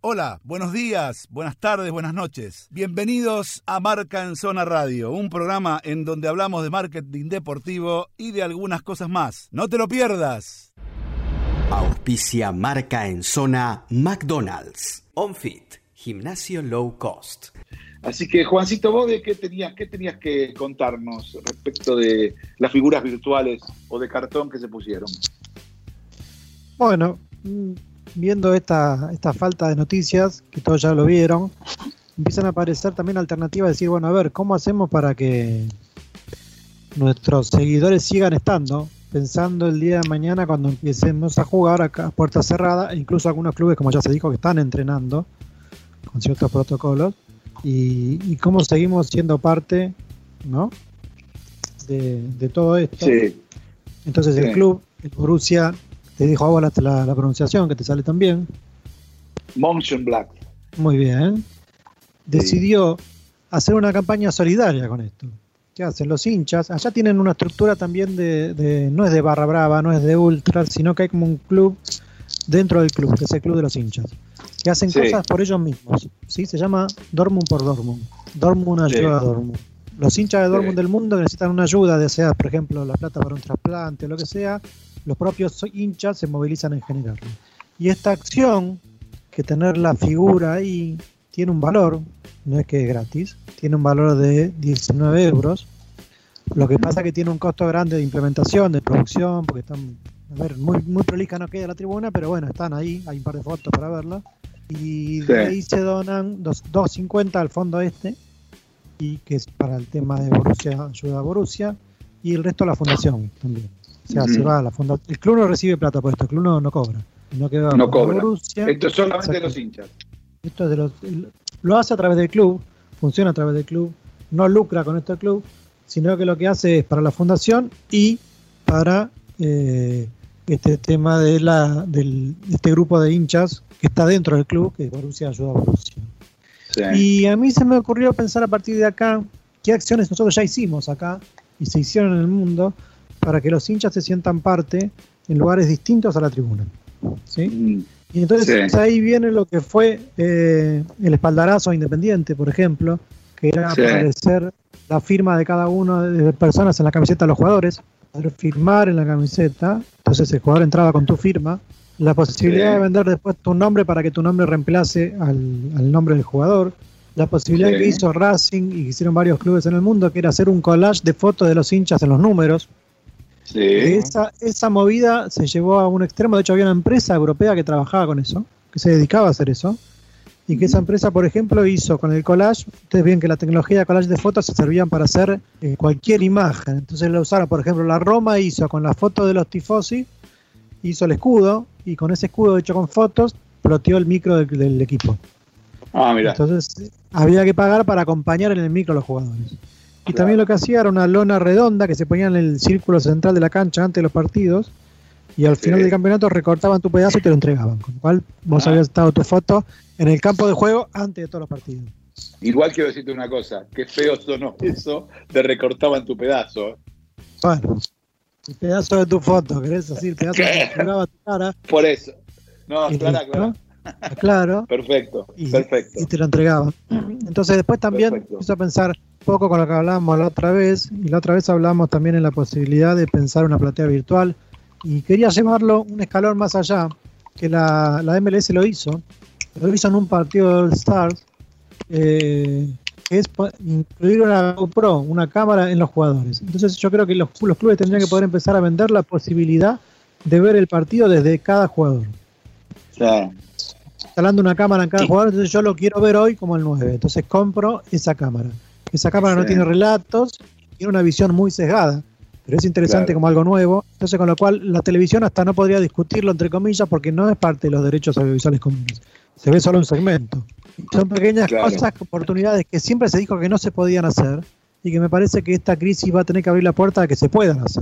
Hola, buenos días, buenas tardes, buenas noches. Bienvenidos a Marca en Zona Radio, un programa en donde hablamos de marketing deportivo y de algunas cosas más. ¡No te lo pierdas! Auspicia Marca en Zona McDonald's. OnFit, gimnasio low cost. Así que, Juancito, ¿vos de qué tenías que contarnos respecto de las figuras virtuales o de cartón que se pusieron? Bueno, viendo esta falta de noticias, que todos ya lo vieron, empiezan a aparecer también alternativas de decir, bueno, a ver, ¿cómo hacemos para que nuestros seguidores sigan estando? Pensando el día de mañana cuando empecemos a jugar acá a puerta cerrada, e incluso algunos clubes, como ya se dijo, que están entrenando con ciertos protocolos, y cómo seguimos siendo parte, ¿no?, de todo esto. Sí. Entonces sí. El club, el Borussia, te dijo ahora la pronunciación que te sale también. Mönchengladbach. Muy bien. Decidió hacer una campaña solidaria con esto. ¿Qué hacen los hinchas? Allá tienen una estructura también no es de barra brava, no es de ultra, sino que hay como un club dentro del club, que es el club de los hinchas, que hacen cosas por ellos mismos. ¿Sí? Se llama Dortmund por Dortmund. Dortmund ayuda a Dortmund. Los hinchas de Dortmund del mundo que necesitan una ayuda, de sea, por ejemplo, la plata para un trasplante o lo que sea, los propios hinchas se movilizan en generarlo. Y esta acción, que tener la figura ahí, tiene un valor, no es que es gratis, tiene un valor de 19 euros. Lo que pasa es que tiene un costo grande de implementación, de producción, porque están, a ver, muy prolija no queda la tribuna, pero bueno, están ahí, hay un par de fotos para verla. Y de ahí se donan 2.50 al fondo y que es para el tema de Borussia, ayuda a Borussia, y el resto a la fundación también. O sea, se va a la fundación. El club no recibe plata por esto, el club no cobra. No cobra. Borussia, esto es solamente de los hinchas. Esto es lo hace a través del club, funciona a través del club, no lucra con esto el club, sino que lo que hace es para la fundación y para este tema de este grupo de hinchas que está dentro del club, que es Borussia ayuda a Borussia. Sí. Y a mí se me ocurrió pensar a partir de acá qué acciones nosotros ya hicimos acá y se hicieron en el mundo para que los hinchas se sientan parte en lugares distintos a la tribuna. ¿Sí? Y entonces ahí viene lo que fue el espaldarazo Independiente, por ejemplo, que era aparecer la firma de cada uno de personas en la camiseta de los jugadores, poder firmar en la camiseta, entonces el jugador entraba con tu firma, la posibilidad de vender después tu nombre para que tu nombre reemplace al nombre del jugador, la posibilidad que hizo Racing y que hicieron varios clubes en el mundo, que era hacer un collage de fotos de los hinchas en los números. Sí. Esa movida se llevó a un extremo. De hecho había una empresa europea que trabajaba con eso, que se dedicaba a hacer eso, y que esa empresa, por ejemplo, hizo con el collage. Ustedes ven que la tecnología de collage de fotos se servían para hacer cualquier imagen. Entonces la usaron, por ejemplo, la Roma hizo con la foto de los tifosi, hizo el escudo, y con ese escudo hecho con fotos ploteó el micro del equipo. Mira. Entonces había que pagar para acompañar en el micro a los jugadores. Y también lo que hacía era una lona redonda que se ponía en el círculo central de la cancha antes de los partidos, y al final del campeonato recortaban tu pedazo y te lo entregaban, con lo cual vos habías estado tu foto en el campo de juego antes de todos los partidos. Igual quiero decirte una cosa, qué feo sonó eso de recortaban tu pedazo. Bueno, el pedazo de tu foto, ¿querés decir? El pedazo que jugaba tu cara. Por eso. No, claro. Claro. Perfecto. Y te lo entregaban. Entonces después también empiezo a pensar poco con lo que hablábamos la otra vez, y la otra vez hablamos también en la posibilidad de pensar una platea virtual, y quería llevarlo un escalón más allá, que la MLS lo hizo en un partido de All Stars, que es incluir una GoPro, una cámara en los jugadores. Entonces yo creo que los clubes tendrían que poder empezar a vender la posibilidad de ver el partido desde cada jugador. Claro. Instalando una cámara en cada jugador, entonces yo lo quiero ver hoy como el 9, entonces compro esa cámara. Esa cámara no tiene relatos, tiene una visión muy sesgada, pero es interesante como algo nuevo. Entonces, con lo cual la televisión hasta no podría discutirlo, entre comillas, porque no es parte de los derechos audiovisuales comunes. Se ve solo un segmento. Son pequeñas cosas, oportunidades que siempre se dijo que no se podían hacer, y que me parece que esta crisis va a tener que abrir la puerta a que se puedan hacer.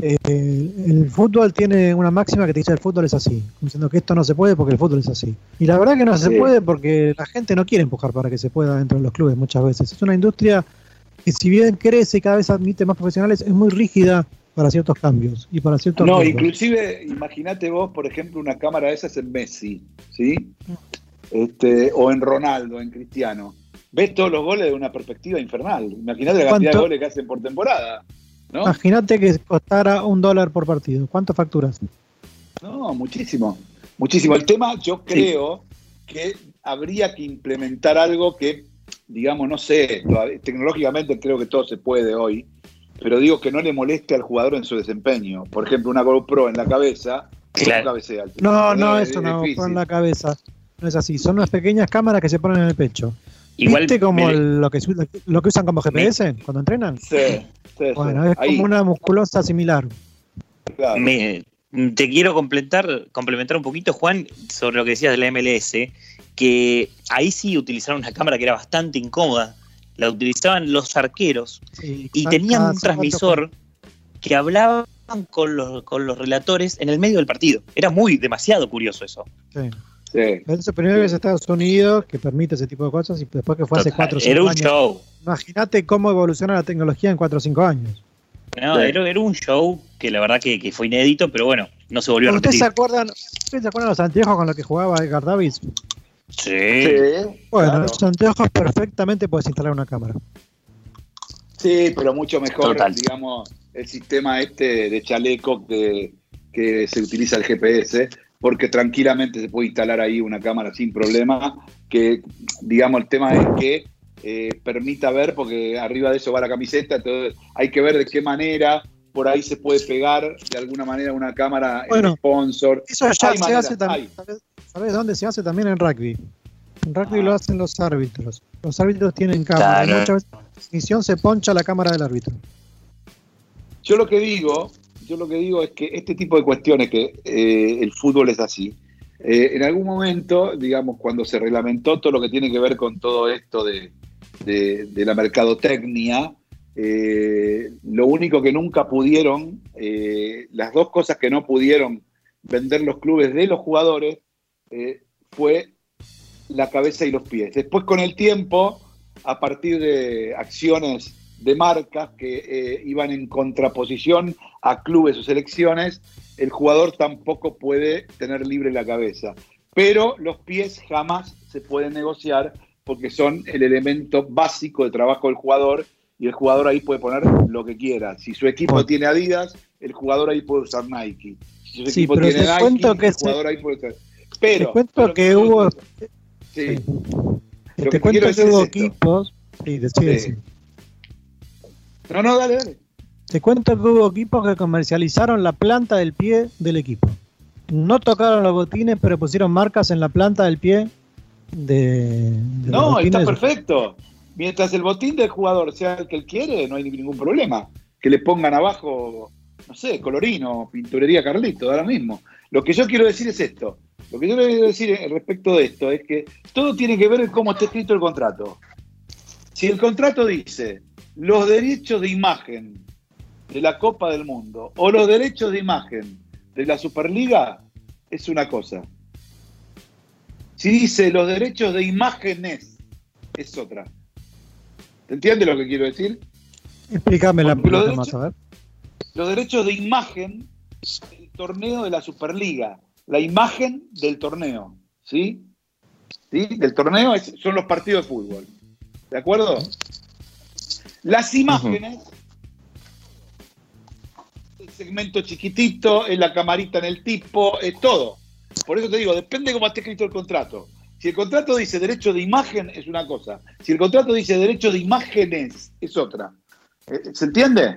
El fútbol tiene una máxima que te dice el fútbol es así, diciendo que esto no se puede porque el fútbol es así, y la verdad que no se puede porque la gente no quiere empujar para que se pueda dentro de los clubes muchas veces. Es una industria que, si bien crece y cada vez admite más profesionales, es muy rígida para ciertos cambios y para ciertos riesgos. Inclusive imagínate vos, por ejemplo, una cámara de esas en Messi, ¿sí? o en Ronaldo, en Cristiano, ves todos los goles de una perspectiva infernal. Imagínate la cantidad de goles que hacen por temporada, ¿no? Imagínate que costara $1 por partido. ¿Cuánto facturas? No, muchísimo. Muchísimo. El tema, yo creo que habría que implementar algo que, digamos, no sé, tecnológicamente creo que todo se puede hoy, pero digo que no le moleste al jugador en su desempeño. Por ejemplo, una GoPro en la cabeza, claro. Cabecea. No, eso no, GoPro en la cabeza. No es así, son unas pequeñas cámaras que se ponen en el pecho. Igual ¿viste como lo que usan como GPS cuando entrenan? Sí. Bueno, es como una musculosa similar. Claro. Te quiero complementar un poquito, Juan, sobre lo que decías de la MLS, que ahí sí utilizaron una cámara que era bastante incómoda. La utilizaban los arqueros y tenían un transmisor que hablaban con los relatores en el medio del partido. Era demasiado curioso eso. Sí. Eso primero que es Estados Unidos, que permite ese tipo de cosas, y después que fue hace 4 o 5 años. Era un show. Imagínate cómo evoluciona la tecnología en 4 o 5 años. No, era un show que la verdad que fue inédito, pero bueno, no se volvió a repetir. ¿Ustedes se acuerdan los anteojos con los que jugaba Edgar Davids? Sí. Bueno, claro. Los anteojos perfectamente puedes instalar una cámara. Sí, pero mucho mejor, Total. digamos, el sistema de chaleco que se utiliza el GPS, porque tranquilamente se puede instalar ahí una cámara sin problema, que, digamos, el tema es que permita ver, porque arriba de eso va la camiseta, entonces hay que ver de qué manera por ahí se puede pegar de alguna manera una cámara en el sponsor. Eso ya se hace también. ¿Sabes dónde se hace? También en rugby. En rugby lo hacen los árbitros. Los árbitros tienen cámara. Claro. Muchas veces en la transmisión se poncha la cámara del árbitro. Yo lo que digo es que este tipo de cuestiones, que el fútbol es así, en algún momento, digamos, cuando se reglamentó todo lo que tiene que ver con todo esto de la mercadotecnia, lo único que nunca pudieron, las dos cosas que no pudieron vender los clubes de los jugadores, fue la cabeza y los pies. Después, con el tiempo, a partir de acciones de marcas que iban en contraposición a clubes o selecciones, el jugador tampoco puede tener libre la cabeza. Pero los pies jamás se pueden negociar porque son el elemento básico de trabajo del jugador, y el jugador ahí puede poner lo que quiera. Si su equipo tiene Adidas, el jugador ahí puede usar Nike. Si su equipo tiene Nike, el jugador ahí puede usar... Pero, te cuento que hubo... Sí. Te cuento que hubo equipos... Sí. No, dale. Te cuento que hubo equipos que comercializaron la planta del pie del equipo. No tocaron los botines, pero pusieron marcas en la planta del pie No, está perfecto. Mientras el botín del jugador sea el que él quiere, no hay ningún problema. Que le pongan abajo, no sé, Colorino, Pinturería Carlito, ahora mismo. Lo que yo quiero decir es esto. Lo que yo le quiero decir respecto de esto es que todo tiene que ver con cómo está escrito el contrato. Si el contrato dice los derechos de imagen de la Copa del Mundo o los derechos de imagen de la Superliga, es una cosa. Si dice los derechos de imágenes, es otra. ¿Te entiendes lo que quiero decir? Explícame la pregunta más, a ver. Los derechos de imagen del torneo de la Superliga, la imagen del torneo, ¿sí? Del torneo son los partidos de fútbol. ¿De acuerdo? Las imágenes, el segmento chiquitito, la camarita en el tipo, todo. Por eso te digo, depende de cómo esté escrito el contrato. Si el contrato dice derecho de imagen, es una cosa. Si el contrato dice derecho de imágenes, es otra. ¿Se entiende?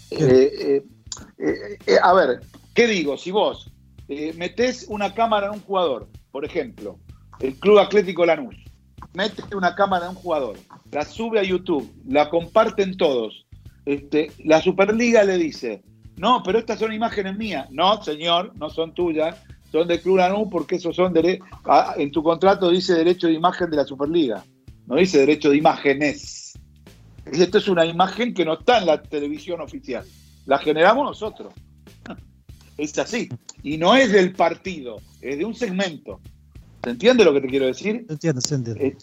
A ver, ¿qué digo? Si vos metés una cámara en un jugador, por ejemplo, el Club Atlético Lanús, mete una cámara en un jugador, la sube a YouTube, la comparten todos, la Superliga le dice, no, pero estas son imágenes mías. No, señor, no son tuyas, son del Club Lanús, porque esos son en tu contrato dice derecho de imagen de la Superliga, no dice derecho de imágenes. Esto es una imagen que no está en la televisión oficial, la generamos nosotros. Es así, y no es del partido, es de un segmento. ¿Se entiende lo que te quiero decir? Se entiende.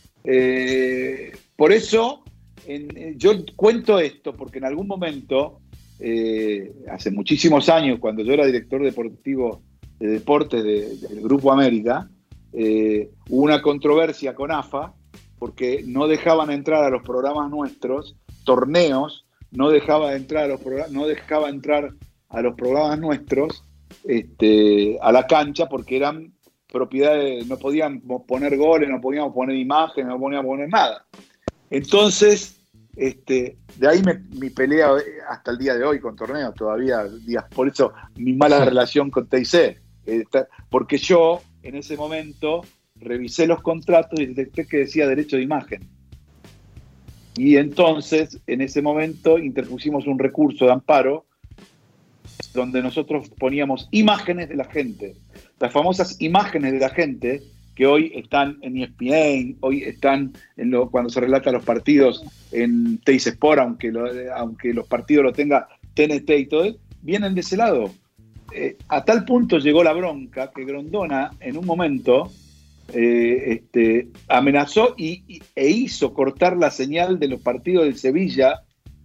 Por eso yo cuento esto, porque en algún momento, hace muchísimos años, cuando yo era director deportivo de deportes del Grupo América, hubo una controversia con AFA porque no dejaban entrar a los programas nuestros, torneos, no dejaba entrar a los programas nuestros a la cancha porque eran propiedades, no podíamos poner goles, no podíamos poner imágenes, no podíamos poner nada. Entonces, de ahí mi pelea hasta el día de hoy con torneos, todavía, por eso mi mala relación con TIC, porque yo en ese momento revisé los contratos y detecté que decía derecho de imagen. Y entonces, en ese momento, interpusimos un recurso de amparo donde nosotros poníamos imágenes de la gente, las famosas imágenes de la gente que hoy están en ESPN, hoy están cuando se relatan los partidos en Teis Sport, aunque los partidos lo tenga TNT y todo, vienen de ese lado. A tal punto llegó la bronca que Grondona en un momento amenazó e hizo cortar la señal de los partidos del Sevilla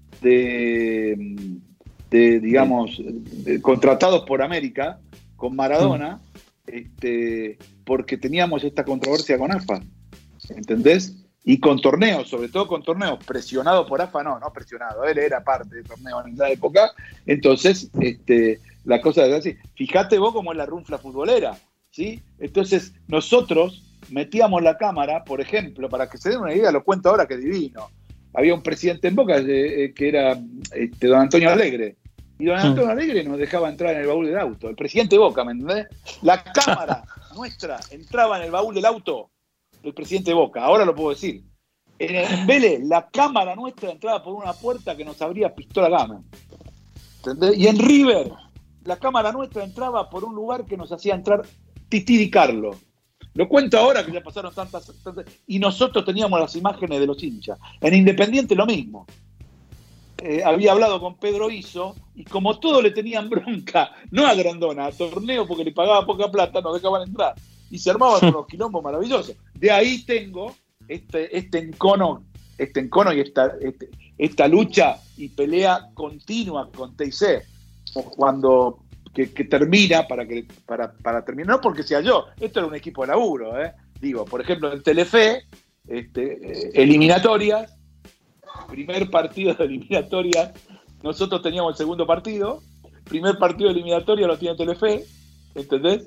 contratados por América con Maradona, porque teníamos esta controversia con AFA, ¿entendés? Y con torneos, sobre todo con torneos, presionado por AFA, no presionado, él era parte del torneo en esa época, entonces la cosa es así. Fíjate vos cómo es la runfla futbolera, ¿sí? Entonces nosotros metíamos la cámara, por ejemplo, para que se den una idea, lo cuento ahora que es divino, había un presidente en Boca que era don Antonio Alegre, y don Antonio Alegre nos dejaba entrar en el baúl del auto, el presidente de Boca, ¿me entendés? La cámara nuestra entraba en el baúl del auto del presidente de Boca, ahora lo puedo decir. En Vélez, la cámara nuestra entraba por una puerta que nos abría Pistola Gama, ¿entendés? Y en River, la cámara nuestra entraba por un lugar que nos hacía entrar Tití Di Carlo. Lo cuento ahora que ya pasaron tantas, y nosotros teníamos las imágenes de los hinchas. En Independiente lo mismo. Había hablado con Pedro Iso y como todos le tenían bronca, no a Grondona, a Torneo porque le pagaba poca plata, no dejaban entrar. Y se armaban unos quilombos maravillosos. De ahí tengo este encono y esta lucha y pelea continua con TIC. Cuando que termina para terminar, no porque sea yo, esto era un equipo de laburo, digo, por ejemplo en Telefe, eliminatorias, primer partido de eliminatorias, nosotros teníamos el segundo partido, primer partido de eliminatoria lo tiene Telefe, ¿entendés?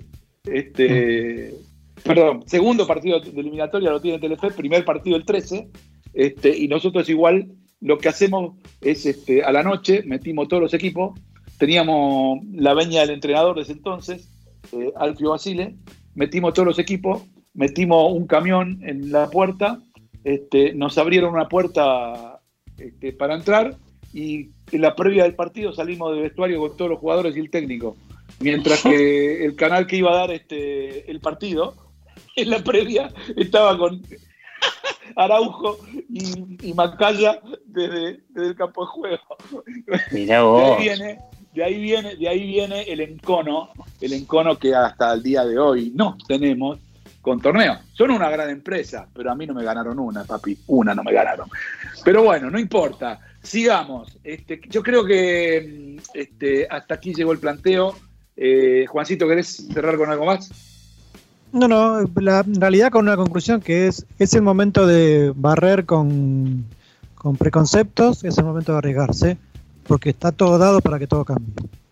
Segundo partido de eliminatoria lo tiene Telefe, primer partido el 13, y nosotros igual lo que hacemos es a la noche metimos todos los equipos. Teníamos la veña del entrenador desde entonces, Alfio Basile, metimos todos los equipos, metimos un camión en la puerta, nos abrieron una puerta para entrar y en la previa del partido salimos del vestuario con todos los jugadores y el técnico, mientras que el canal que iba a dar el partido, en la previa estaba con Araujo y Macaya desde el campo de juego. Mirá vos. De ahí viene el encono que hasta el día de hoy no tenemos con torneos. Son una gran empresa, pero a mí no me ganaron una, papi. Una no me ganaron. Pero bueno, no importa. Sigamos. Yo creo que hasta aquí llegó el planteo. Juancito, ¿querés cerrar con algo más? No, en realidad con una conclusión que es el momento de barrer con preconceptos, es el momento de arriesgarse, porque está todo dado para que todo cambie.